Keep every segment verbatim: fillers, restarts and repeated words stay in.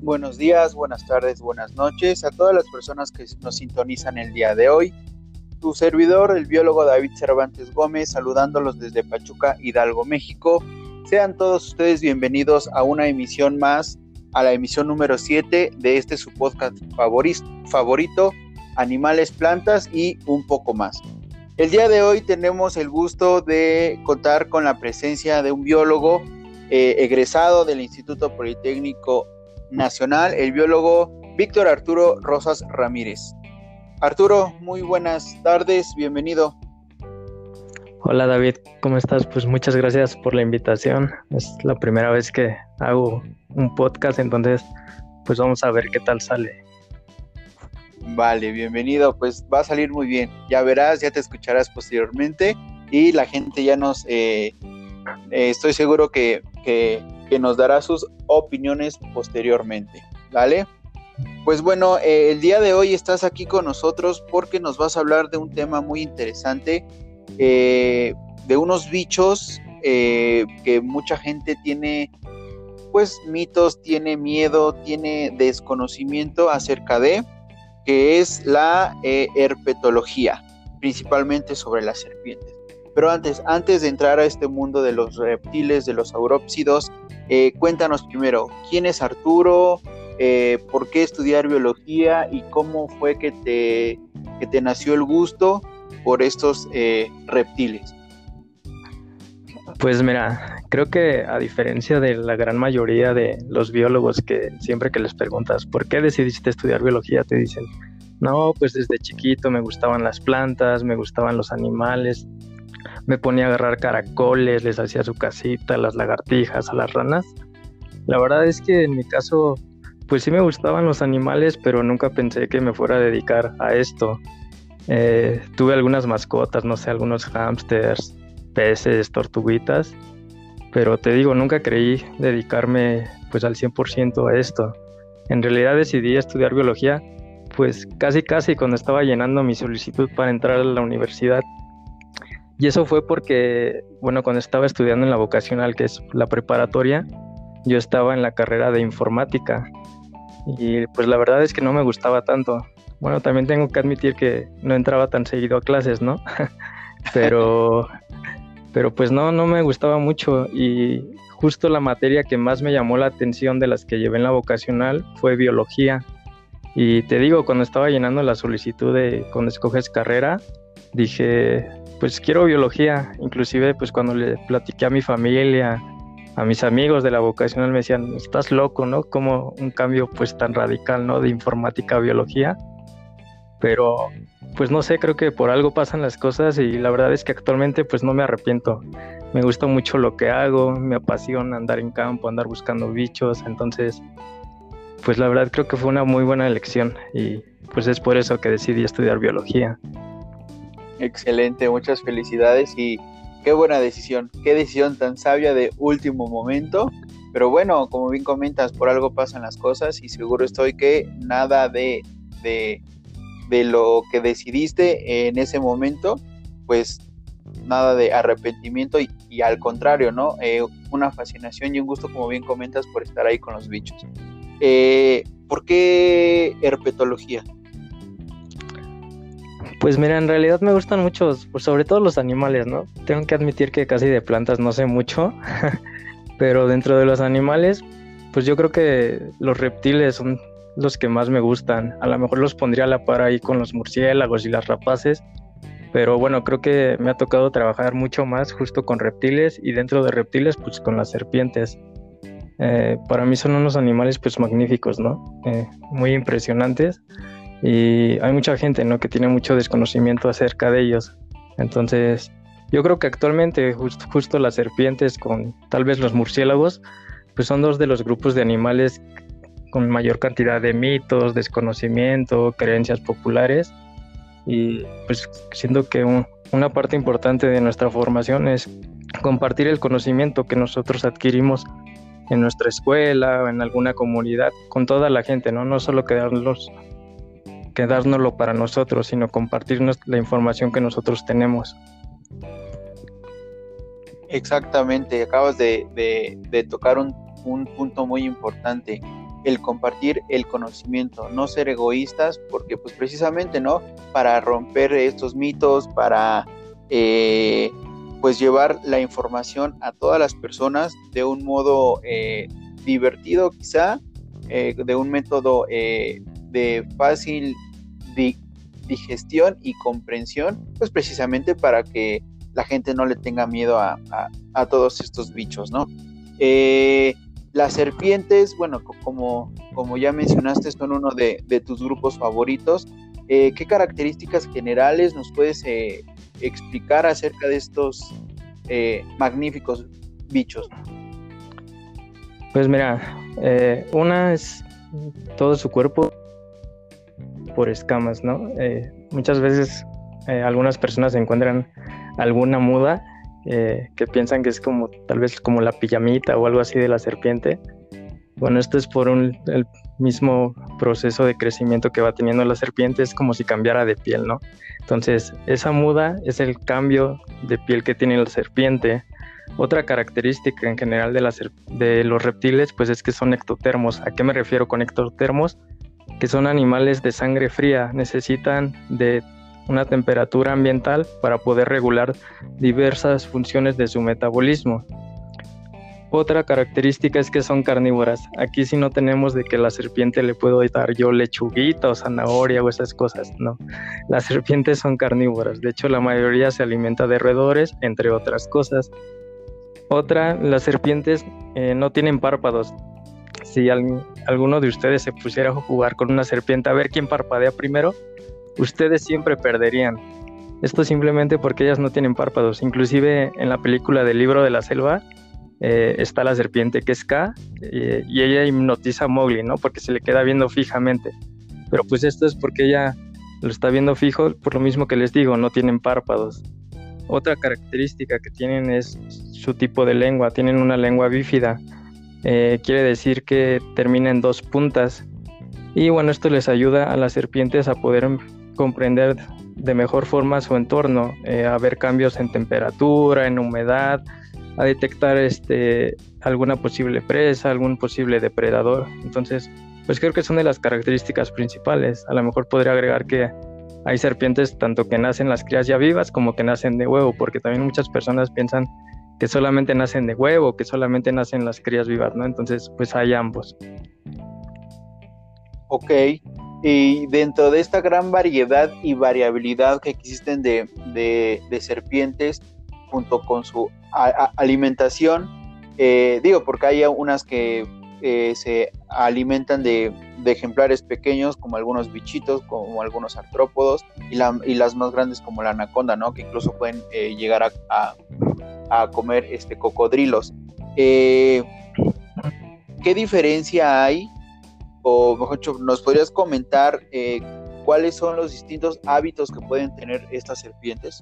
Buenos días, buenas tardes, buenas noches a todas las personas que nos sintonizan el día de hoy. Tu servidor, el biólogo David Cervantes Gómez, saludándolos desde Pachuca, Hidalgo, México. Sean todos ustedes bienvenidos a una emisión más, a la emisión número siete de este su podcast favorito, Animales, Plantas y un poco más. El día de hoy tenemos el gusto de contar con la presencia de un biólogo eh, egresado del Instituto Politécnico Nacional, el biólogo Víctor Arturo Rosas Ramírez. Arturo, muy buenas tardes, bienvenido. Hola David, ¿cómo estás? Pues muchas gracias por la invitación. Es la primera vez que hago un podcast, entonces pues vamos a ver qué tal sale. Vale, bienvenido, pues va a salir muy bien. Ya verás, ya te escucharás posteriormente y la gente ya nos, eh, eh, estoy seguro que, que, que nos dará sus opiniones posteriormente, ¿vale? Pues bueno, eh, el día de hoy estás aquí con nosotros porque nos vas a hablar de un tema muy interesante, eh, de unos bichos eh, que mucha gente tiene, pues mitos, tiene miedo, tiene desconocimiento acerca de, que es la eh, herpetología, principalmente sobre las serpientes. Pero antes, antes de entrar a este mundo de los reptiles, de los saurópsidos, eh, cuéntanos primero, ¿quién es Arturo? Eh, ¿Por qué estudiar biología? ¿Y cómo fue que te, que te nació el gusto por estos eh, reptiles? Pues mira, creo que a diferencia de la gran mayoría de los biólogos que siempre que les preguntas ¿por qué decidiste estudiar biología? Te dicen, no, pues desde chiquito me gustaban las plantas, me gustaban los animales, me ponía a agarrar caracoles, les hacía su casita, a las lagartijas, a las ranas. La verdad es que en mi caso, pues sí me gustaban los animales, pero nunca pensé que me fuera a dedicar a esto. Eh, tuve algunas mascotas, no sé, algunos hámsters, peces, tortuguitas, pero te digo, nunca creí dedicarme pues al cien por ciento a esto. En realidad decidí estudiar biología pues casi casi cuando estaba llenando mi solicitud para entrar a la universidad. Y eso fue porque, bueno, cuando estaba estudiando en la vocacional, que es la preparatoria, yo estaba en la carrera de informática y pues la verdad es que no me gustaba tanto. Bueno, también tengo que admitir que no entraba tan seguido a clases, ¿no? pero... Pero pues no, no me gustaba mucho y justo la materia que más me llamó la atención de las que llevé en la vocacional fue biología. Y te digo, cuando estaba llenando la solicitud de cuando escoges carrera, dije, pues quiero biología. Inclusive pues cuando le platiqué a mi familia, a mis amigos de la vocacional me decían, estás loco, ¿no? Como un cambio pues tan radical, ¿no? De informática a biología. Pero pues no sé, creo que por algo pasan las cosas y la verdad es que actualmente pues no me arrepiento. Me gusta mucho lo que hago, me apasiona andar en campo, andar buscando bichos, entonces pues la verdad creo que fue una muy buena elección y pues es por eso que decidí estudiar biología. Excelente, muchas felicidades y qué buena decisión, qué decisión tan sabia de último momento. Pero bueno, como bien comentas, por algo pasan las cosas y seguro estoy que nada de... de de lo que decidiste en ese momento, pues nada de arrepentimiento y, y al contrario, ¿no? Eh, una fascinación y un gusto, como bien comentas, por estar ahí con los bichos. Eh, ¿Por qué herpetología? Pues mira, en realidad me gustan muchos, pues sobre todo los animales, ¿no? Tengo que admitir que casi de plantas no sé mucho, pero dentro de los animales, pues yo creo que los reptiles son los que más me gustan. A lo mejor los pondría a la par ahí con los murciélagos y las rapaces, pero bueno, creo que me ha tocado trabajar mucho más justo con reptiles y dentro de reptiles pues con las serpientes. Eh, para mí son unos animales pues magníficos, ¿no? Eh, muy impresionantes y hay mucha gente, ¿no? Que tiene mucho desconocimiento acerca de ellos. Entonces yo creo que actualmente just, justo las serpientes con tal vez los murciélagos pues son dos de los grupos de animales con mayor cantidad de mitos, desconocimiento, creencias populares y pues siento que un, una parte importante de nuestra formación es compartir el conocimiento que nosotros adquirimos en nuestra escuela o en alguna comunidad con toda la gente, ¿no? No solo quedarnos, quedárnoslo para nosotros, sino compartirnos la información que nosotros tenemos. Exactamente, acabas de, de, de tocar un, un punto muy importante. el compartir el conocimiento, no ser egoístas, porque pues precisamente, ¿no? Para romper estos mitos, para eh, pues llevar la información a todas las personas de un modo eh, divertido quizá, eh, de un método eh, de fácil di- digestión y comprensión, pues precisamente para que la gente no le tenga miedo a, a, a todos estos bichos, ¿no? Eh, las serpientes, bueno, como, como ya mencionaste, son uno de, de tus grupos favoritos. Eh, ¿qué características generales nos puedes eh, explicar acerca de estos eh, magníficos bichos? Pues mira, eh, una es todo su cuerpo por escamas, ¿no? Eh, muchas veces eh, algunas personas encuentran alguna muda eh, que piensan que es como tal vez como la pijamita o algo así de la serpiente. Bueno, esto es por un, el mismo proceso de crecimiento que va teniendo la serpiente, es como si cambiara de piel, ¿no? Entonces, esa muda es el cambio de piel que tiene la serpiente. Otra característica en general de, la, de los reptiles, pues es que son ectotermos. ¿A qué me refiero con ectotermos? Que son animales de sangre fría, necesitan de una temperatura ambiental para poder regular diversas funciones de su metabolismo. Otra característica es que son carnívoras. Aquí sí no tenemos de que la serpiente le puedo dar yo lechuguita o zanahoria o esas cosas, no. Las serpientes son carnívoras, de hecho la mayoría se alimenta de roedores, entre otras cosas. Otra, las serpientes eh, no tienen párpados. Si al, alguno de ustedes se pusiera a jugar con una serpiente a ver quién parpadea primero, ustedes siempre perderían. Esto simplemente porque ellas no tienen párpados. Inclusive en la película del Libro de la Selva eh, está la serpiente que es K eh, y ella hipnotiza a Mowgli, ¿no? Porque se le queda viendo fijamente. Pero pues esto es porque ella lo está viendo fijo, por lo mismo que les digo, no tienen párpados. Otra característica que tienen es su tipo de lengua. Tienen una lengua bífida. Eh, quiere decir que termina en dos puntas. Y bueno, esto les ayuda a las serpientes a poder comprender de mejor forma su entorno, eh, a ver cambios en temperatura, en humedad, a detectar este, alguna posible presa, algún posible depredador. Entonces, pues creo que son de las características principales. A lo mejor podría agregar que hay serpientes tanto que nacen las crías ya vivas como que nacen de huevo, porque también muchas personas piensan que solamente nacen de huevo, que solamente nacen las crías vivas, ¿no? Entonces, pues hay ambos. Ok, y dentro de esta gran variedad y variabilidad que existen de, de, de serpientes, junto con su a, a, alimentación, eh, digo, porque hay unas que eh, se alimentan de, de ejemplares pequeños, como algunos bichitos, como algunos artrópodos, y, la, y las más grandes como la anaconda, ¿no? Que incluso pueden eh, llegar a, a, a comer este, cocodrilos. Eh, ¿Qué diferencia hay? O mejor dicho, ¿nos podrías comentar eh, cuáles son los distintos hábitos que pueden tener estas serpientes?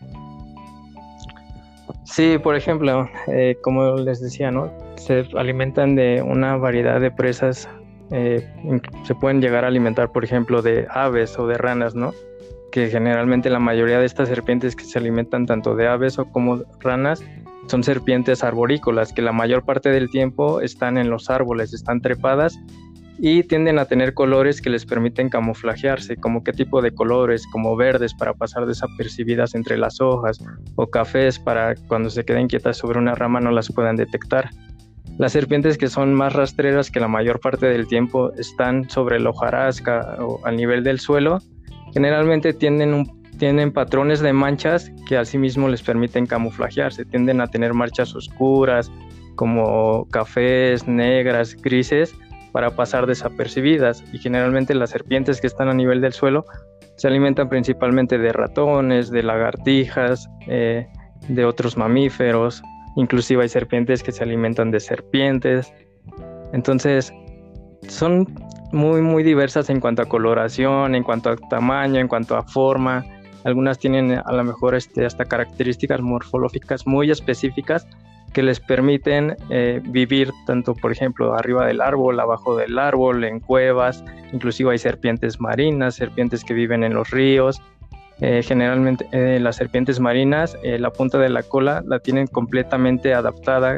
Sí, por ejemplo, eh, como les decía, ¿no? Se alimentan de una variedad de presas. Eh, se pueden llegar a alimentar, por ejemplo, de aves o de ranas, ¿no? Que generalmente la mayoría de estas serpientes que se alimentan tanto de aves o como ranas son serpientes arborícolas, que la mayor parte del tiempo están en los árboles, están trepadas y tienden a tener colores que les permiten camuflajearse, como qué tipo de colores, como verdes para pasar desapercibidas entre las hojas, o cafés para cuando se queden quietas sobre una rama no las puedan detectar. Las serpientes que son más rastreras, que la mayor parte del tiempo están sobre la hojarasca o al nivel del suelo, generalmente tienen, un, tienen patrones de manchas que asimismo les permiten camuflajearse, tienden a tener manchas oscuras, como cafés, negras, grises, para pasar desapercibidas, y generalmente las serpientes que están a nivel del suelo se alimentan principalmente de ratones, de lagartijas, eh, de otros mamíferos, inclusive hay serpientes que se alimentan de serpientes. Entonces son muy muy diversas en cuanto a coloración, en cuanto a tamaño, en cuanto a forma. Algunas tienen a lo mejor este, hasta características morfológicas muy específicas que les permiten eh, vivir tanto, por ejemplo, arriba del árbol, abajo del árbol, en cuevas. Inclusive hay serpientes marinas, serpientes que viven en los ríos. Eh, generalmente eh, las serpientes marinas, eh, la punta de la cola la tienen completamente adaptada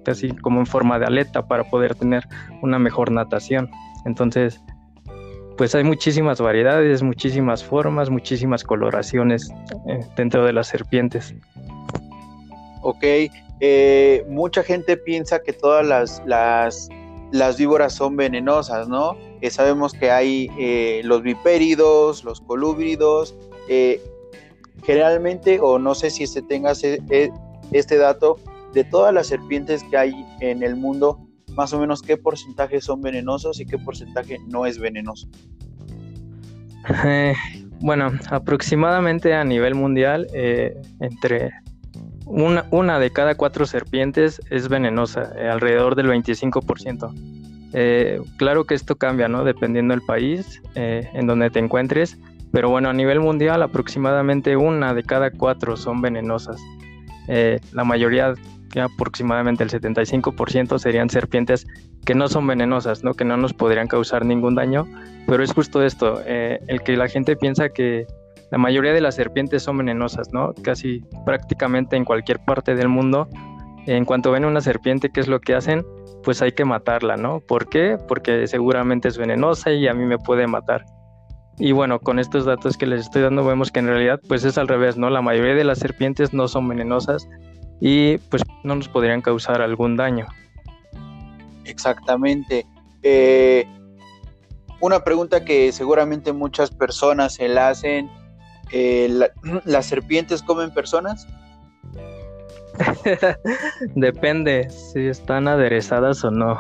casi como en forma de aleta para poder tener una mejor natación. Entonces, pues hay muchísimas variedades, muchísimas formas, muchísimas coloraciones eh, dentro de las serpientes. Ok, eh, mucha gente piensa que todas las, las, las víboras son venenosas, ¿no? Eh, sabemos que hay eh, los vipéridos, los colúbridos, eh, generalmente, o no sé si este tengas este, este dato, de todas las serpientes que hay en el mundo, más o menos qué porcentaje son venenosos y qué porcentaje no es venenoso. Eh, bueno, aproximadamente a nivel mundial, eh, entre una, una de cada cuatro serpientes es venenosa, eh, alrededor del veinticinco por ciento. Eh, claro que esto cambia, ¿no? Dependiendo del país eh, en donde te encuentres, pero bueno, a nivel mundial aproximadamente una de cada cuatro son venenosas. Eh, la mayoría, aproximadamente el setenta y cinco por ciento, serían serpientes que no son venenosas, ¿no? Que no nos podrían causar ningún daño, pero es justo esto, eh, el que la gente piensa que la mayoría de las serpientes son venenosas, ¿no? Casi prácticamente en cualquier parte del mundo, en cuanto ven una serpiente, ¿qué es lo que hacen? Pues hay que matarla, ¿no? ¿Por qué? Porque seguramente es venenosa y a mí me puede matar. Y bueno, con estos datos que les estoy dando vemos que en realidad pues es al revés, ¿no? La mayoría de las serpientes no son venenosas y pues no nos podrían causar algún daño. Exactamente. Eh, una pregunta que seguramente muchas personas se la hacen, eh, la, ¿las serpientes comen personas? Depende si están aderezadas o no.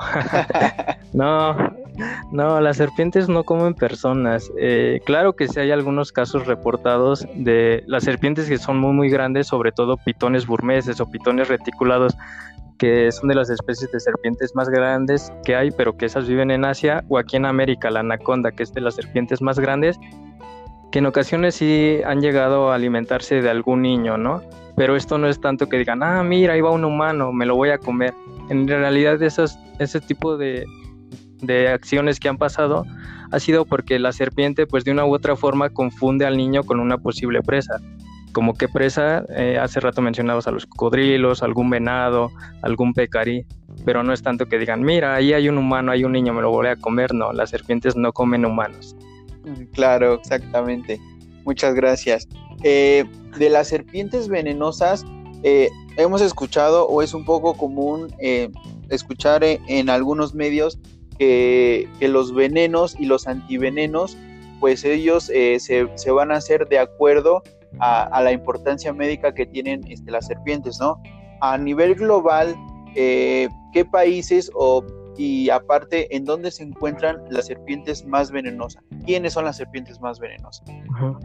No, no, las serpientes no comen personas. Eh, claro que sí hay algunos casos reportados de las serpientes que son muy muy grandes, sobre todo pitones burmeses o pitones reticulados, que son de las especies de serpientes más grandes que hay, pero que esas viven en Asia, o aquí en América, la anaconda, que es de las serpientes más grandes, que en ocasiones sí han llegado a alimentarse de algún niño, ¿no? Pero esto no es tanto que digan, ah, mira, ahí va un humano, me lo voy a comer. En realidad esas, ese tipo de, de acciones que han pasado ha sido porque la serpiente, pues de una u otra forma, confunde al niño con una posible presa. Como que presa, eh, hace rato mencionabas a los cocodrilos, algún venado, algún pecarí, pero no es tanto que digan, mira, ahí hay un humano, hay un niño, me lo voy a comer. No, las serpientes no comen humanos. Claro, exactamente. Muchas gracias. Eh, de las serpientes venenosas, eh, hemos escuchado, o es un poco común eh, escuchar en, en algunos medios que, que los venenos y los antivenenos, pues ellos eh, se, se van a hacer de acuerdo a, a la importancia médica que tienen este, las serpientes, ¿no? A nivel global, eh, ¿qué países o y aparte, en dónde se encuentran las serpientes más venenosas? ¿Quiénes son las serpientes más venenosas? Uh-huh.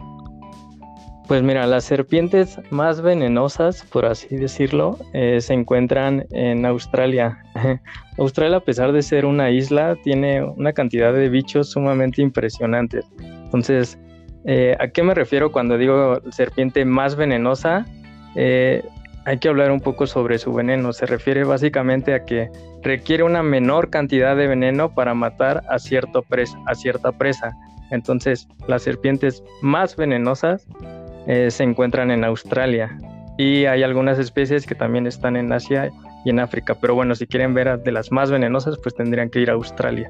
Pues mira, las serpientes más venenosas, por así decirlo, eh, se encuentran en Australia. Australia, a pesar de ser una isla, tiene una cantidad de bichos sumamente impresionantes. Entonces, eh, ¿a qué me refiero cuando digo serpiente más venenosa? Eh, hay que hablar un poco sobre su veneno. Se refiere básicamente a que requiere una menor cantidad de veneno para matar a, cierto presa, a cierta presa. Entonces, las serpientes más venenosas eh, se encuentran en Australia. Y hay algunas especies que también están en Asia y en África. Pero bueno, si quieren ver de las más venenosas, pues tendrían que ir a Australia.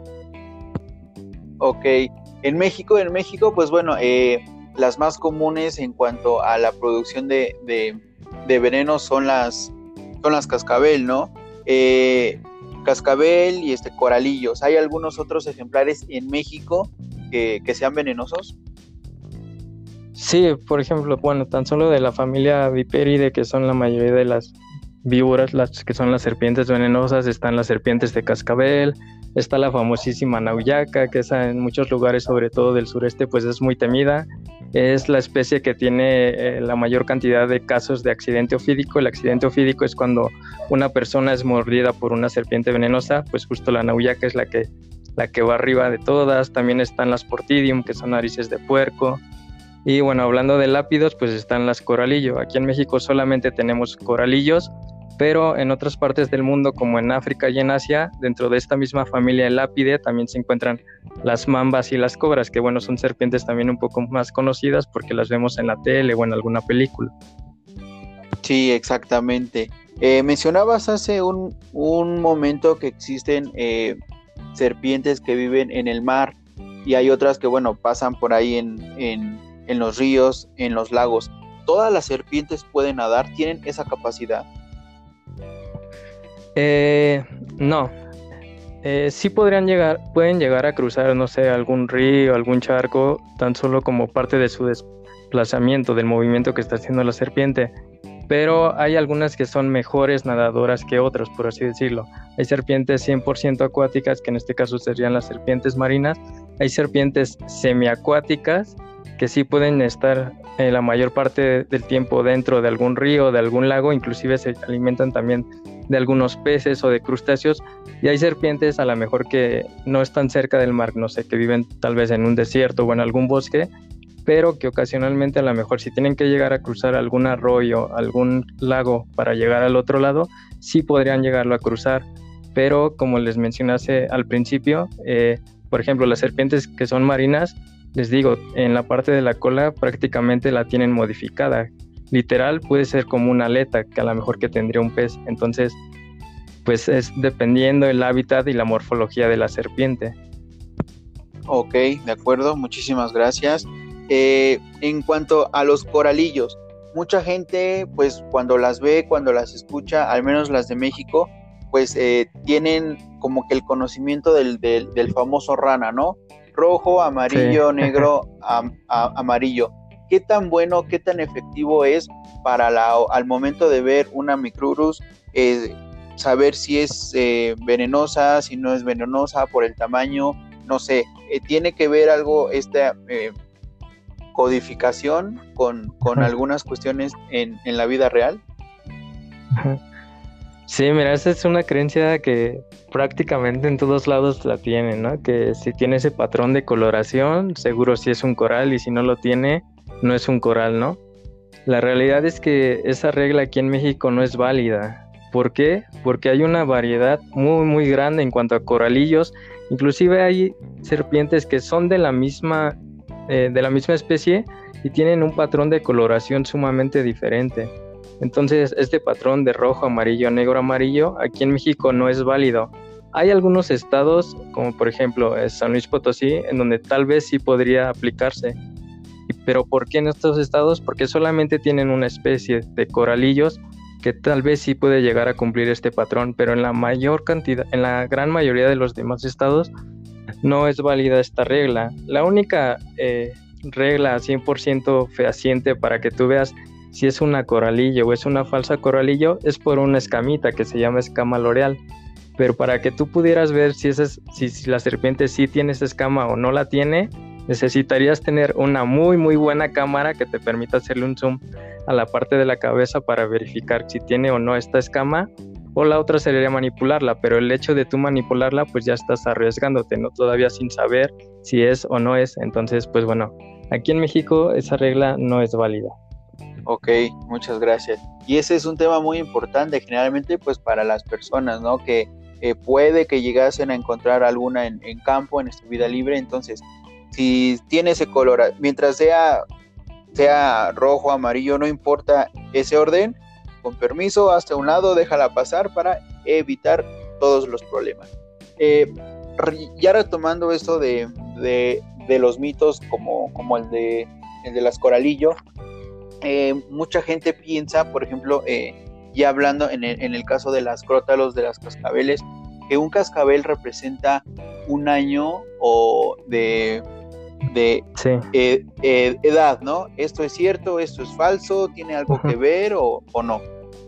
Ok. En México, en México, pues bueno, eh, las más comunes en cuanto a la producción de... de de veneno son las son las cascabel, ¿no? Eh, cascabel y este coralillos. ¿Hay algunos otros ejemplares en México que, que sean venenosos? Sí, por ejemplo, bueno, tan solo de la familia Viperidae, que son la mayoría de las víboras, las que son las serpientes venenosas, están las serpientes de cascabel, está la famosísima nauyaca, que esa en muchos lugares, sobre todo del sureste, pues es muy temida. Es la especie que tiene eh, la mayor cantidad de casos de accidente ofídico. El accidente ofídico es cuando una persona es mordida por una serpiente venenosa, pues justo la nauyaca es la que, la que va arriba de todas. También están las portidium, que son narices de puerco. Y bueno, hablando de lápidos, pues están las coralillo. Aquí en México solamente tenemos coralillos, pero en otras partes del mundo, como en África y en Asia, dentro de esta misma familia Elapidae también se encuentran las mambas y las cobras, que bueno, son serpientes también un poco más conocidas porque las vemos en la tele o en alguna película. Sí, exactamente. Eh, mencionabas hace un, un momento que existen eh, serpientes que viven en el mar y hay otras que, bueno, pasan por ahí en, en, en los ríos, en los lagos. ¿Todas las serpientes pueden nadar? ¿Tienen esa capacidad? Eh, no, eh, sí podrían llegar, pueden llegar a cruzar, no sé, algún río, algún charco, tan solo como parte de su desplazamiento, del movimiento que está haciendo la serpiente. Pero hay algunas que son mejores nadadoras que otras, por así decirlo. Hay serpientes cien por ciento acuáticas, que en este caso serían las serpientes marinas. Hay serpientes semiacuáticas, que sí pueden estar eh, la mayor parte del tiempo dentro de algún río, de algún lago, inclusive se alimentan también de algunos peces o de crustáceos. Y hay serpientes a lo mejor que no están cerca del mar, no sé, que viven tal vez en un desierto o en algún bosque, pero que ocasionalmente a lo mejor si tienen que llegar a cruzar algún arroyo, algún lago para llegar al otro lado, sí podrían llegarlo a cruzar, pero como les mencioné al principio, eh, por ejemplo, las serpientes que son marinas, les digo, en la parte de la cola prácticamente la tienen modificada, literal puede ser como una aleta que a lo mejor que tendría un pez, entonces pues es dependiendo el hábitat y la morfología de la serpiente. Ok, de acuerdo, muchísimas gracias. Eh, en cuanto a los coralillos, mucha gente, pues cuando las ve, cuando las escucha, al menos las de México, pues eh, tienen como que el conocimiento del, del, del famoso rana, ¿no? Rojo, amarillo, sí. negro, am, a, amarillo. ¿Qué tan bueno, qué tan efectivo es para la, al momento de ver una Micrurus, eh, saber si es eh, venenosa, si no es venenosa por el tamaño? No sé, eh, ¿tiene que ver algo esta eh, codificación con, con algunas cuestiones en, en la vida real? Sí, mira, esa es una creencia que prácticamente en todos lados la tienen, ¿no? Que si tiene ese patrón de coloración, seguro sí es un coral, y si no lo tiene, no es un coral, ¿no? La realidad es que esa regla aquí en México no es válida. ¿Por qué? Porque hay una variedad muy, muy grande en cuanto a coralillos. Inclusive hay serpientes que son de la misma, eh, de la misma especie y tienen un patrón de coloración sumamente diferente. Entonces, este patrón de rojo, amarillo, negro, amarillo, aquí en México no es válido. Hay algunos estados, como por ejemplo San Luis Potosí, en donde tal vez sí podría aplicarse. ¿Pero por qué en estos estados? Porque solamente tienen una especie de coralillos que tal vez sí puede llegar a cumplir este patrón, pero en la mayor cantidad, en la gran mayoría de los demás estados, no es válida esta regla. La única eh, regla cien por ciento fehaciente para que tú veas si es una coralillo o es una falsa coralillo es por una escamita que se llama escama loreal. Pero para que tú pudieras ver si, esa, si, si la serpiente sí tiene esa escama o no la tiene, necesitarías tener una muy muy buena cámara que te permita hacerle un zoom a la parte de la cabeza para verificar si tiene o no esta escama, o la otra sería manipularla, pero el hecho de tú manipularla pues ya estás arriesgándote, ¿no? Todavía sin saber si es o no es. Entonces pues bueno, aquí en México esa regla no es válida. Ok, muchas gracias. Y ese es un tema muy importante generalmente pues para las personas, ¿no? Que eh, puede que llegasen a encontrar alguna en, en campo, en su vida libre. Entonces, si tiene ese color, mientras sea, sea rojo, amarillo, no importa ese orden, con permiso, hasta un lado, déjala pasar para evitar todos los problemas. Eh, ya retomando esto de, de, de los mitos como, como el de, el de las coralillo, eh, mucha gente piensa, por ejemplo, eh, ya hablando en el, en el caso de las crótalos, de las cascabeles, que un cascabel representa un año o de, de sí. eh, eh, edad, ¿no? ¿Esto es cierto? ¿Esto es falso? ¿Tiene algo uh-huh. que ver o, o no?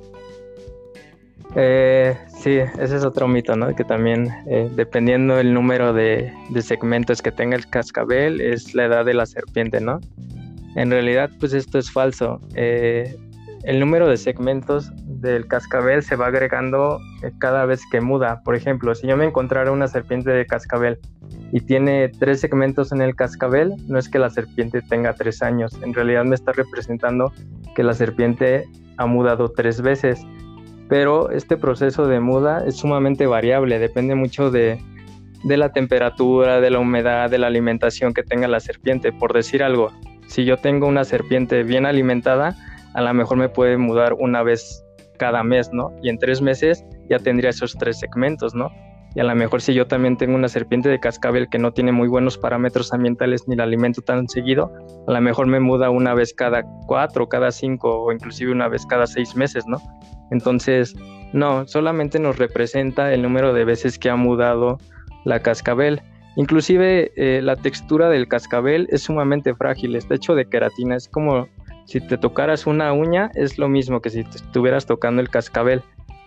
Eh, sí, ese es otro mito, ¿no? Que también, eh, dependiendo del número de, de segmentos que tenga el cascabel, es la edad de la serpiente, ¿no? En realidad, pues esto es falso. Eh, el número de segmentos del cascabel se va agregando cada vez que muda. Por ejemplo, si yo me encontrara una serpiente de cascabel y tiene tres segmentos en el cascabel, no es que la serpiente tenga tres años. En realidad me está representando que la serpiente ha mudado tres veces. Pero este proceso de muda es sumamente variable, depende mucho de, de la temperatura, de la humedad, de la alimentación que tenga la serpiente. Por decir algo, si yo tengo una serpiente bien alimentada, a lo mejor me puede mudar una vez cada mes, ¿no? Y en tres meses ya tendría esos tres segmentos, ¿no? Y a lo mejor si yo también tengo una serpiente de cascabel que no tiene muy buenos parámetros ambientales ni la alimento tan seguido, a lo mejor me muda una vez cada cuatro, cada cinco o inclusive una vez cada seis meses, ¿no? Entonces, no, solamente nos representa el número de veces que ha mudado la cascabel. Inclusive eh, la textura del cascabel es sumamente frágil, está hecho de queratina, es como si te tocaras una uña, es lo mismo que si te estuvieras tocando el cascabel.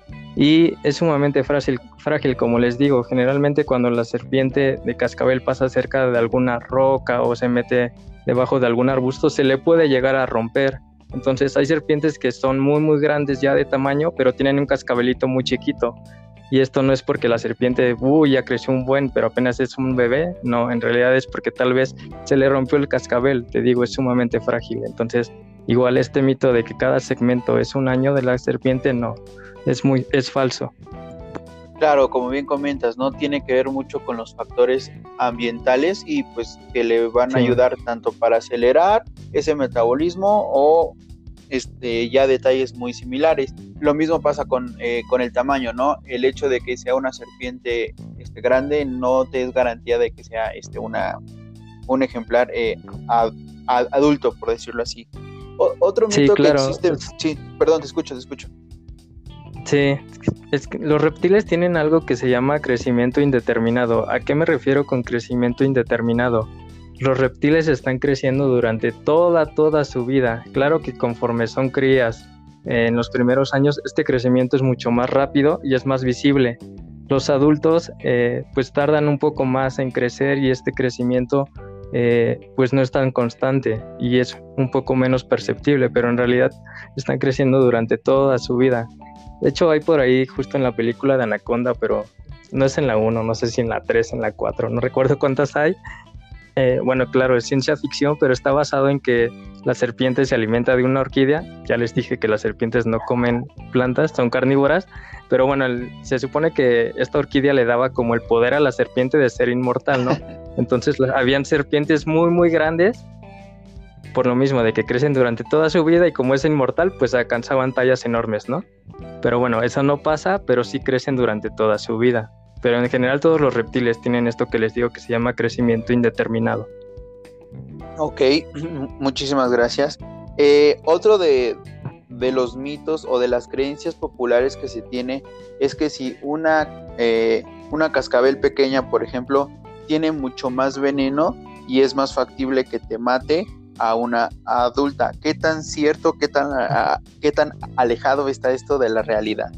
Y es sumamente frágil, frágil, como les digo, generalmente cuando la serpiente de cascabel pasa cerca de alguna roca o se mete debajo de algún arbusto, se le puede llegar a romper. Entonces hay serpientes que son muy muy grandes ya de tamaño, pero tienen un cascabelito muy chiquito. Y esto no es porque la serpiente uh, ya creció un buen, pero apenas es un bebé. No, en realidad es porque tal vez se le rompió el cascabel. Te digo, es sumamente frágil. Entonces, igual este mito de que cada segmento es un año de la serpiente, no, es muy, es falso. Claro, como bien comentas, ¿no? Tiene que ver mucho con los factores ambientales y pues que le van a Sí. ayudar tanto para acelerar ese metabolismo o este, ya detalles muy similares. Lo mismo pasa con, eh, con el tamaño, ¿no? El hecho de que sea una serpiente este, grande no te es garantía de que sea este, una, un ejemplar eh, a, a, adulto, por decirlo así. O, otro mito Sí, claro. que existe... Sí, perdón, te escucho, te escucho. Sí, es que los reptiles tienen algo que se llama crecimiento indeterminado. ¿A qué me refiero con crecimiento indeterminado? Los reptiles están creciendo durante toda, toda su vida. Claro que conforme son crías, eh, en los primeros años este crecimiento es mucho más rápido y es más visible. Los adultos eh, pues tardan un poco más en crecer y este crecimiento eh, pues no es tan constante y es un poco menos perceptible, pero en realidad están creciendo durante toda su vida. De hecho, hay por ahí justo en la película de Anaconda, pero no es en la uno, no sé si en la tres, en la cuatro, no recuerdo cuántas hay. Eh, bueno, claro, es ciencia ficción, pero está basado en que la serpiente se alimenta de una orquídea. Ya les dije que las serpientes no comen plantas, son carnívoras, pero bueno, el, se supone que esta orquídea le daba como el poder a la serpiente de ser inmortal, ¿no? Entonces la, habían serpientes muy, muy grandes, por lo mismo de que crecen durante toda su vida y como es inmortal, pues alcanzaban tallas enormes, ¿no? Pero bueno, eso no pasa, pero sí crecen durante toda su vida. Pero en general todos los reptiles tienen esto que les digo que se llama crecimiento indeterminado. Ok, muchísimas gracias. Eh, otro de, de los mitos o de las creencias populares que se tiene es que si una, eh, una cascabel pequeña, por ejemplo, tiene mucho más veneno y es más factible que te mate a una adulta. ¿Qué tan cierto, qué tan, a, qué tan alejado está esto de la realidad?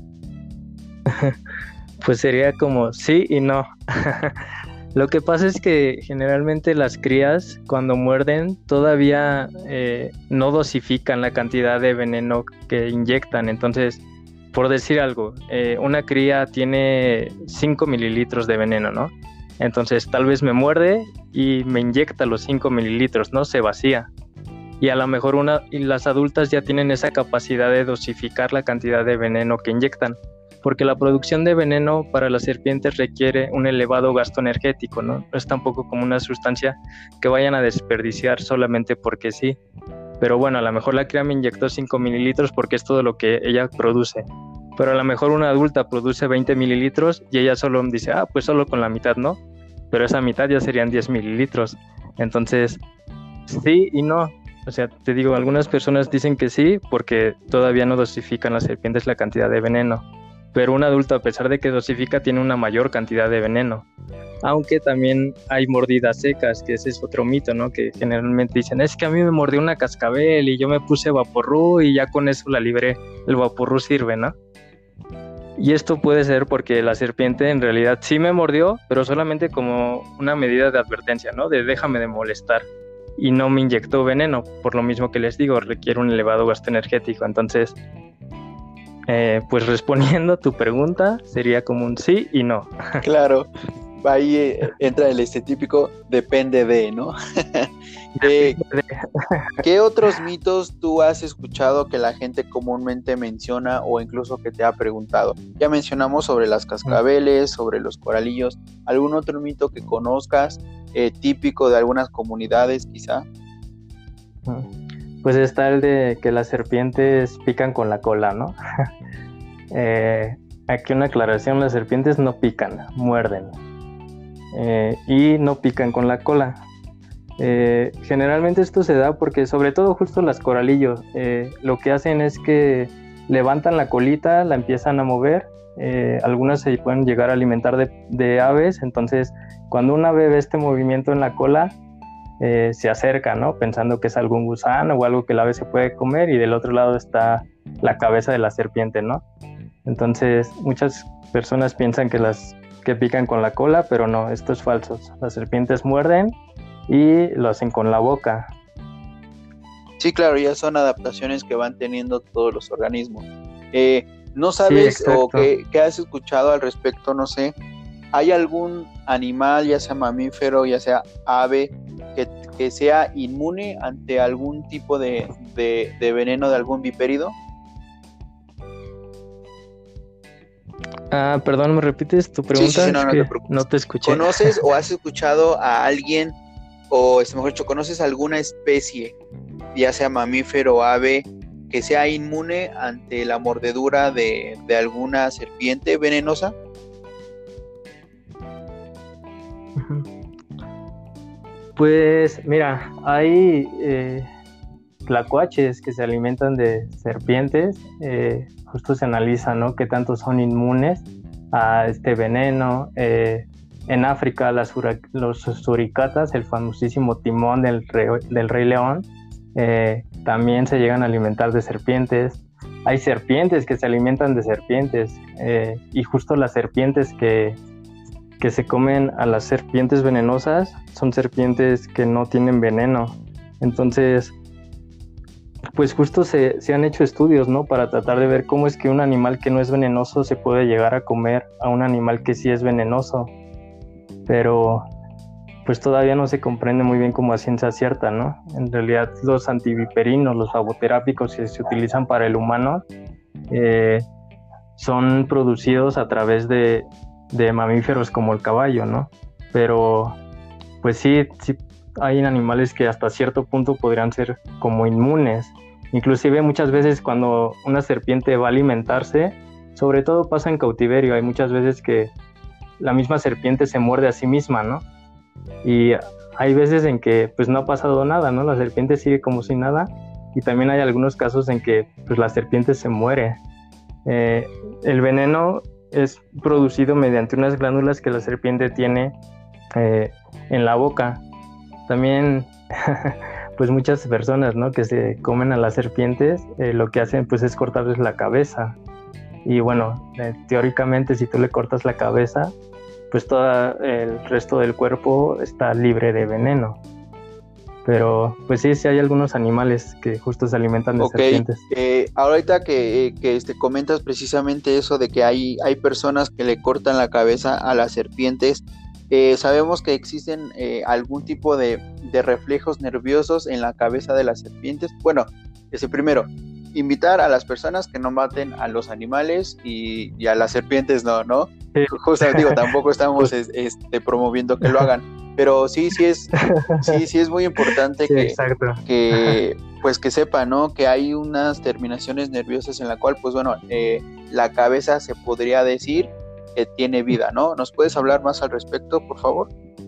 Pues sería como sí y no. Lo que pasa es que generalmente las crías cuando muerden todavía eh, no dosifican la cantidad de veneno que inyectan. Entonces, por decir algo, eh, una cría tiene cinco mililitros de veneno, ¿no? Entonces tal vez me muerde y me inyecta los cinco mililitros, ¿no? Se vacía. Y a lo mejor una, y las adultas ya tienen esa capacidad de dosificar la cantidad de veneno que inyectan. Porque la producción de veneno para las serpientes requiere un elevado gasto energético, ¿no? No es tampoco como una sustancia que vayan a desperdiciar solamente porque sí. Pero bueno, a lo mejor la cría me inyectó cinco mililitros porque es todo lo que ella produce. Pero a lo mejor una adulta produce veinte mililitros y ella solo dice, ah, pues solo con la mitad, ¿no? Pero esa mitad ya serían diez mililitros. Entonces, sí y no. O sea, te digo, algunas personas dicen que sí porque todavía no dosifican las serpientes la cantidad de veneno. Pero un adulto, a pesar de que dosifica, tiene una mayor cantidad de veneno. Aunque también hay mordidas secas, que ese es otro mito, ¿no? Que generalmente dicen, es que a mí me mordió una cascabel y yo me puse vaporru y ya con eso la libré. El vaporru sirve, ¿no? Y esto puede ser porque la serpiente en realidad sí me mordió, pero solamente como una medida de advertencia, ¿no? De déjame de molestar. Y no me inyectó veneno, por lo mismo que les digo, requiere un elevado gasto energético. Entonces, eh, pues respondiendo a tu pregunta, sería como un sí y no. Claro, ahí eh, entra el este típico depende de, ¿no? eh, ¿Qué otros mitos tú has escuchado que la gente comúnmente menciona o incluso que te ha preguntado? Ya mencionamos sobre las cascabeles, sobre los coralillos. ¿Algún otro mito que conozcas, eh, típico de algunas comunidades quizá? Pues está el de que las serpientes pican con la cola, ¿no? Eh, aquí una aclaración, las serpientes no pican, muerden. Eh, y no pican con la cola. Eh, generalmente esto se da porque sobre todo justo las coralillos eh, lo que hacen es que levantan la colita, la empiezan a mover, eh, algunas se pueden llegar a alimentar de, de aves, entonces cuando un ave ve este movimiento en la cola eh, se acerca, ¿no? Pensando que es algún gusano o algo que el ave se puede comer, y del otro lado está la cabeza de la serpiente, ¿no? Entonces muchas personas piensan que las que pican con la cola, pero no, esto es falso. Las serpientes muerden y lo hacen con la boca. Sí, claro, ya son adaptaciones que van teniendo todos los organismos. Eh, ¿No sabes sí, o qué, qué has escuchado al respecto? No sé, ¿hay algún animal, ya sea mamífero, ya sea ave, que, que sea inmune ante algún tipo de, de, de veneno de algún vipérido? Ah, perdón, ¿me repites tu pregunta? Sí, sí, sí, no, es no, que te no te escuché. ¿Conoces o has escuchado a alguien, o es mejor dicho, conoces alguna especie, ya sea mamífero o ave, que sea inmune ante la mordedura de, de alguna serpiente venenosa? Pues mira, hay eh, tlacuaches que se alimentan de serpientes, eh, justo se analiza, ¿no?, qué tanto son inmunes a este veneno. Eh, en África las ura- los suricatas, el famosísimo timón del rey, del rey león, eh, también se llegan a alimentar de serpientes. Hay serpientes que se alimentan de serpientes, eh, y justo las serpientes que, que se comen a las serpientes venenosas son serpientes que no tienen veneno. Entonces, pues justo se, se han hecho estudios, ¿no?, para tratar de ver cómo es que un animal que no es venenoso se puede llegar a comer a un animal que sí es venenoso. Pero pues todavía no se comprende muy bien como a ciencia cierta, ¿no? En realidad los antiviperinos, los fagoterápicos que se utilizan para el humano, eh, son producidos a través de, de mamíferos como el caballo, ¿no? Pero pues sí, sí hay animales que hasta cierto punto podrían ser como inmunes. Inclusive muchas veces cuando una serpiente va a alimentarse, sobre todo pasa en cautiverio, hay muchas veces que la misma serpiente se muerde a sí misma, ¿no? Y hay veces en que pues no ha pasado nada, ¿no? La serpiente sigue como si nada, y también hay algunos casos en que pues la serpiente se muere. Eh, el veneno es producido mediante unas glándulas que la serpiente tiene eh, en la boca. También pues muchas personas, ¿no?, que se comen a las serpientes, eh, lo que hacen pues es cortarles la cabeza. Y bueno, eh, teóricamente si tú le cortas la cabeza, pues todo el resto del cuerpo está libre de veneno. Pero pues sí, sí hay algunos animales que justo se alimentan de okay. serpientes. Eh, ahorita que, que este, comentas precisamente eso de que hay, hay personas que le cortan la cabeza a las serpientes, eh, sabemos que existen eh, algún tipo de, de reflejos nerviosos en la cabeza de las serpientes. Bueno, ese primero, invitar a las personas que no maten a los animales y, y a las serpientes no, ¿no? Sí. Justo digo, tampoco estamos es, este, promoviendo que lo hagan, pero sí, sí es, sí, sí es muy importante sí, que, que, pues que sepan, ¿no?, que hay unas terminaciones nerviosas en la cual, pues bueno, eh, la cabeza se podría decir que tiene vida, ¿no? ¿Nos puedes hablar más al respecto, por favor?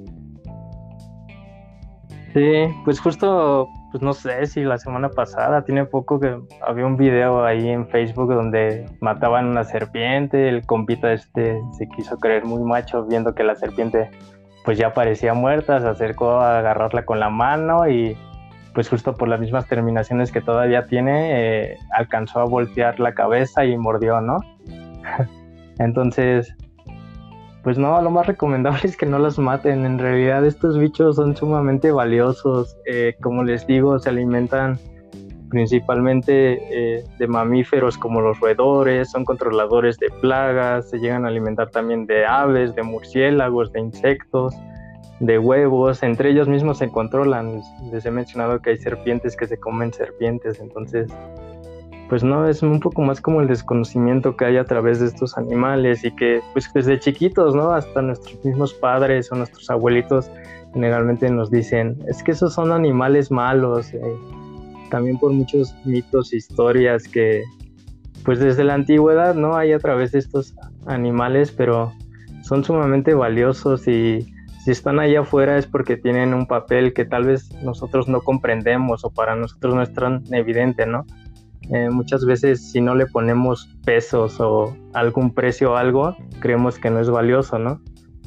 Sí, pues justo, pues no sé si la semana pasada, tiene poco que había un video ahí en Facebook donde mataban una serpiente, el compita este se quiso creer muy macho viendo que la serpiente pues ya parecía muerta, se acercó a agarrarla con la mano y pues justo por las mismas terminaciones que todavía tiene, eh, alcanzó a voltear la cabeza y mordió, ¿no? Entonces, pues no, lo más recomendable es que no los maten. En realidad estos bichos son sumamente valiosos. Eh, como les digo, se alimentan principalmente eh, de mamíferos como los roedores, son controladores de plagas, se llegan a alimentar también de aves, de murciélagos, de insectos, de huevos. Entre ellos mismos se controlan. Les he mencionado que hay serpientes que se comen serpientes, entonces pues no, es un poco más como el desconocimiento que hay a través de estos animales y que pues desde chiquitos, ¿no?, hasta nuestros mismos padres o nuestros abuelitos generalmente nos dicen, es que esos son animales malos, eh, también por muchos mitos, historias que, pues desde la antigüedad, ¿no? Hay a través de estos animales, pero son sumamente valiosos y si están allá afuera es porque tienen un papel que tal vez nosotros no comprendemos o para nosotros no es tan evidente, ¿no? Eh, muchas veces si no le ponemos pesos o algún precio o algo, creemos que no es valioso, ¿no?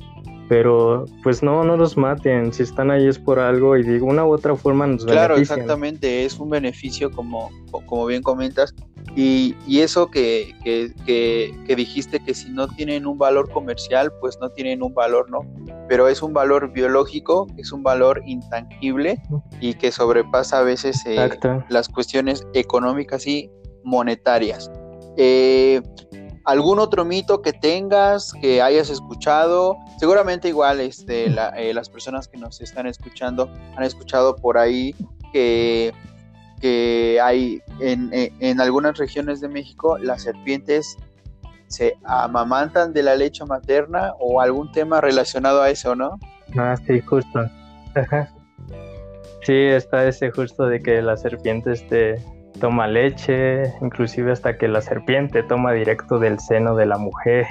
Pero pues no, no los maten, si están ahí es por algo y de una u otra forma nos benefician. Claro, exactamente, es un beneficio como, como bien comentas, y, y eso que, que, que, que dijiste que si no tienen un valor comercial, pues no tienen un valor, ¿no? Pero es un valor biológico, es un valor intangible y que sobrepasa a veces eh, las cuestiones económicas y monetarias. Eh, ¿Algún otro mito que tengas, que hayas escuchado? Seguramente igual este, la, eh, las personas que nos están escuchando han escuchado por ahí que, que hay en, en algunas regiones de México las serpientes se amamantan de la leche materna o algún tema relacionado a eso, ¿no? Ah, sí, justo. Ajá. Sí, está ese justo de que la serpiente este, toma leche, inclusive hasta que la serpiente toma directo del seno de la mujer.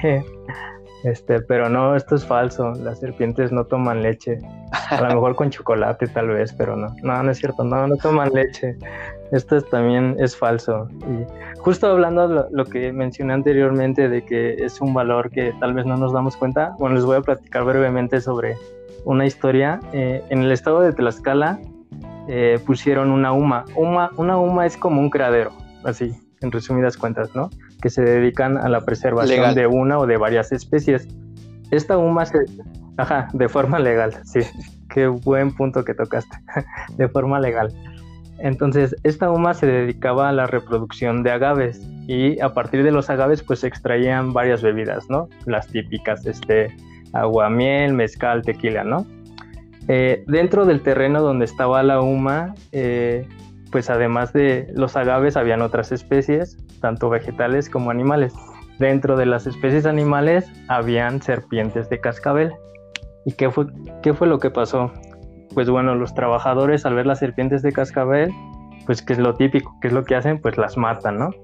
Este, pero no, esto es falso, las serpientes no toman leche, a lo mejor con chocolate tal vez, pero no, no, no es cierto, no, no toman leche, esto es, también es falso. Y justo hablando de lo, lo que mencioné anteriormente de que es un valor que tal vez no nos damos cuenta, bueno, les voy a platicar brevemente sobre una historia. Eh, en el estado de Tlaxcala eh, pusieron una huma. Uma, una huma es como un criadero, así, en resumidas cuentas, ¿no? Que se dedican a la preservación legal de una o de varias especies. Esta huma se... Ajá, de forma legal, sí. Qué buen punto que tocaste. De forma legal. Entonces, esta huma se dedicaba a la reproducción de agaves y a partir de los agaves pues se extraían varias bebidas, ¿no? Las típicas, este, aguamiel, mezcal, tequila, ¿no? Eh, dentro del terreno donde estaba la huma, eh, pues además de los agaves habían otras especies, tanto vegetales como animales. Dentro de las especies animales habían serpientes de cascabel. ¿Y qué fue, qué fue lo que pasó? Pues bueno, los trabajadores al ver las serpientes de cascabel, pues que es lo típico, ¿qué es lo que hacen? Pues las matan, ¿no?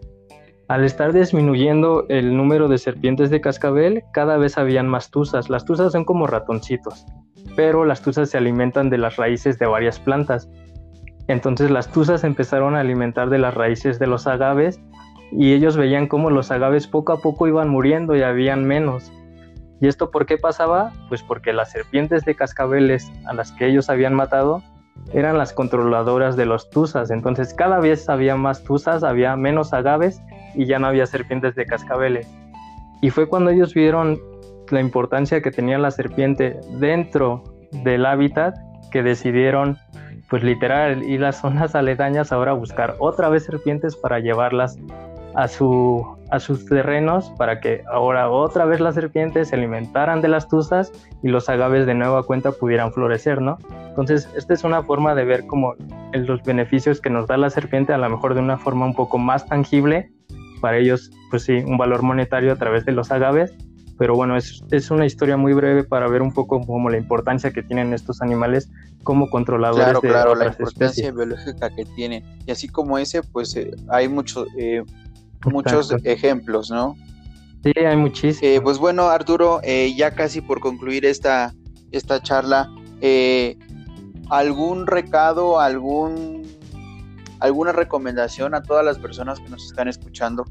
Al estar disminuyendo el número de serpientes de cascabel, cada vez habían más tuzas. Las tuzas son como ratoncitos, pero las tuzas se alimentan de las raíces de varias plantas. Entonces las tuzas empezaron a alimentar de las raíces de los agaves y ellos veían cómo los agaves poco a poco iban muriendo y habían menos. ¿Y esto por qué pasaba? Pues porque las serpientes de cascabeles a las que ellos habían matado eran las controladoras de los tuzas. Entonces cada vez había más tuzas, había menos agaves y ya no había serpientes de cascabeles. Y fue cuando ellos vieron la importancia que tenía la serpiente dentro del hábitat que decidieron, pues literal, ir a las zonas aledañas ahora a buscar otra vez serpientes para llevarlas a, su, a sus terrenos para que ahora otra vez las serpientes se alimentaran de las tuzas y los agaves de nueva cuenta pudieran florecer, ¿no? Entonces, esta es una forma de ver como los beneficios que nos da la serpiente, a lo mejor de una forma un poco más tangible. Para ellos, pues sí, un valor monetario a través de los agaves, pero bueno, es, es una historia muy breve para ver un poco como la importancia que tienen estos animales como controladores claro, de claro, otras la importancia especies. biológica que tienen. Y así como ese, pues eh, hay muchos eh, muchos Exacto. ejemplos, ¿no? Sí, hay muchísimos. Eh, pues bueno, Arturo, eh, ya casi por concluir esta, esta charla, eh, ¿algún recado, algún alguna recomendación a todas las personas que nos están escuchando?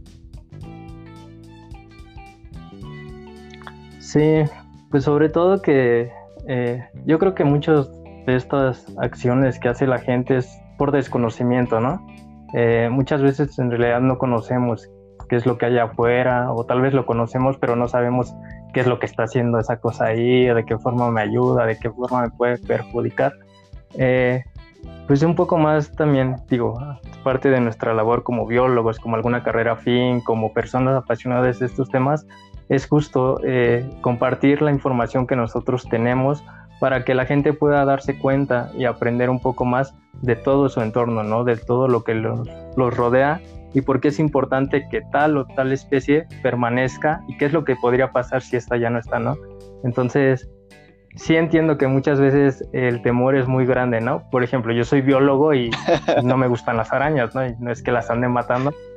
Sí, pues sobre todo que eh, yo creo que muchas de estas acciones que hace la gente es por desconocimiento, ¿no? Eh, muchas veces en realidad no conocemos qué es lo que hay afuera, o tal vez lo conocemos pero no sabemos qué es lo que está haciendo esa cosa ahí, o de qué forma me ayuda, de qué forma me puede perjudicar. Eh, pues un poco más también, digo, parte de nuestra labor como biólogos, como alguna carrera afín, como personas apasionadas de estos temas, es justo eh, compartir la información que nosotros tenemos para que la gente pueda darse cuenta y aprender un poco más de todo su entorno, ¿no? De todo lo que los, los rodea y por qué es importante que tal o tal especie permanezca y qué es lo que podría pasar si esta ya no está, ¿no? Entonces, sí entiendo que muchas veces el temor es muy grande, ¿no? Por ejemplo, yo soy biólogo y no me gustan las arañas, ¿no? Y no es que las anden matando,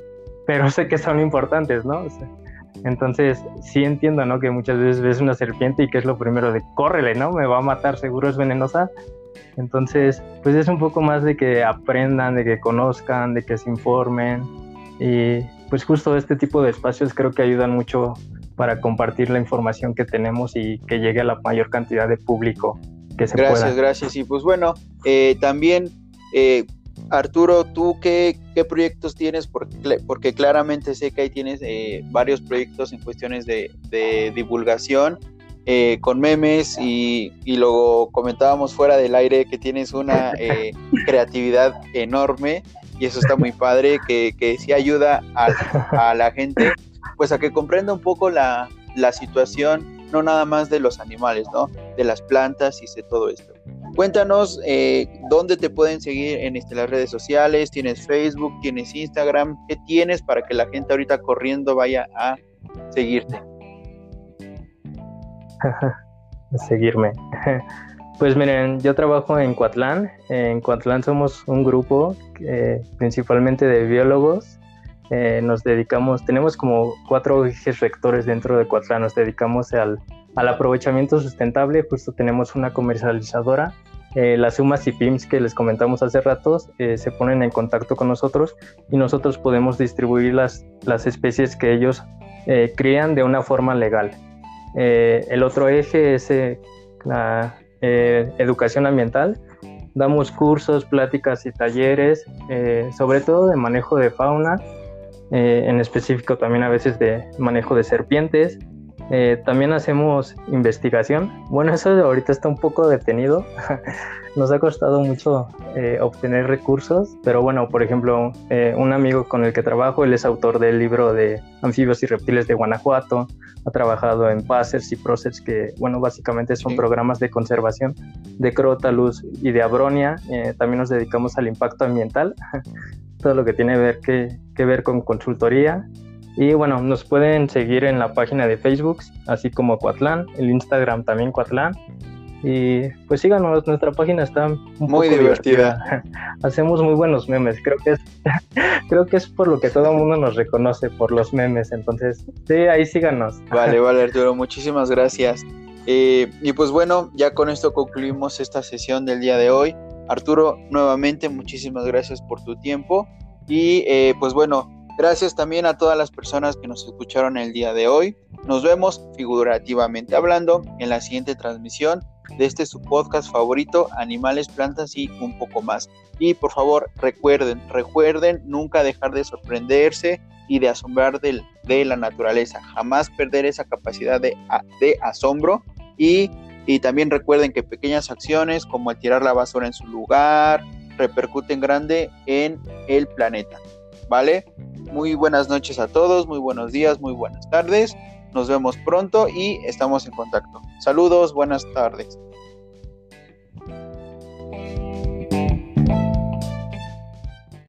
pero sé que son importantes, ¿no? O sea, entonces sí entiendo, ¿no? Que muchas veces ves una serpiente y que es lo primero de córrele, ¿no? Me va a matar, seguro es venenosa. Entonces, pues es un poco más de que aprendan, de que conozcan, de que se informen, y pues justo este tipo de espacios creo que ayudan mucho para compartir la información que tenemos y que llegue a la mayor cantidad de público que se Gracias, pueda. gracias. Y pues bueno, eh, también, eh, Arturo, ¿tú qué, qué proyectos tienes? Porque, porque claramente sé que ahí tienes eh, varios proyectos en cuestiones de, de divulgación, eh, con memes, y, y luego comentábamos fuera del aire que tienes una eh, creatividad enorme, y eso está muy padre, que, que sí ayuda a, a la gente pues a que comprenda un poco la, la situación, no nada más de los animales, ¿no? De las plantas y de todo esto. Cuéntanos eh, dónde te pueden seguir en este, las redes sociales. ¿Tienes Facebook? ¿Tienes Instagram? ¿Qué tienes para que la gente ahorita corriendo vaya a seguirte? Seguirme. Pues miren, yo trabajo en Coatlán. En Coatlán somos un grupo eh, principalmente de biólogos. Eh, nos dedicamos, tenemos como cuatro ejes rectores dentro de Coatlán. Nos dedicamos al, al aprovechamiento sustentable. Justo tenemos una comercializadora. Eh, las UMAS y P I M S que les comentamos hace ratos eh, se ponen en contacto con nosotros y nosotros podemos distribuir las, las especies que ellos eh, crían de una forma legal. Eh, el otro eje es eh, la eh, educación ambiental. Damos cursos, pláticas y talleres, eh, sobre todo de manejo de fauna, eh, en específico también a veces de manejo de serpientes. Eh, también hacemos investigación. Bueno, eso de ahorita está un poco detenido. Nos ha costado mucho eh, obtener recursos, pero bueno, por ejemplo, eh, un amigo con el que trabajo, él es autor del libro de Anfibios y Reptiles de Guanajuato, ha trabajado en PACERS y PROCERS, que bueno, básicamente son sí. programas de conservación de Crotalus y de Abronia. Eh, también nos dedicamos al impacto ambiental, todo lo que tiene ver que, que ver con consultoría. Y bueno, nos pueden seguir en la página de Facebook, así como Coatlán, el Instagram también Coatlán. Y pues síganos, nuestra página está un muy poco divertida. divertida. Hacemos muy buenos memes, creo que es creo que es por lo que todo el mundo nos reconoce, por los memes. Entonces, sí, ahí síganos. Vale, vale, Arturo, muchísimas gracias. Eh, y pues bueno, ya con esto concluimos esta sesión del día de hoy. Arturo, nuevamente, muchísimas gracias por tu tiempo. Y eh, pues bueno, gracias también a todas las personas que nos escucharon el día de hoy. Nos vemos, figurativamente hablando, en la siguiente transmisión de este su podcast favorito, Animales, Plantas y un poco más. Y por favor, recuerden, recuerden nunca dejar de sorprenderse y de asombrar de, de la naturaleza. Jamás perder esa capacidad de, de asombro. Y, y también recuerden que pequeñas acciones como el tirar la basura en su lugar repercuten grande en el planeta. ¿Vale? Muy buenas noches a todos, muy buenos días, muy buenas tardes. Nos vemos pronto y estamos en contacto. Saludos, buenas tardes.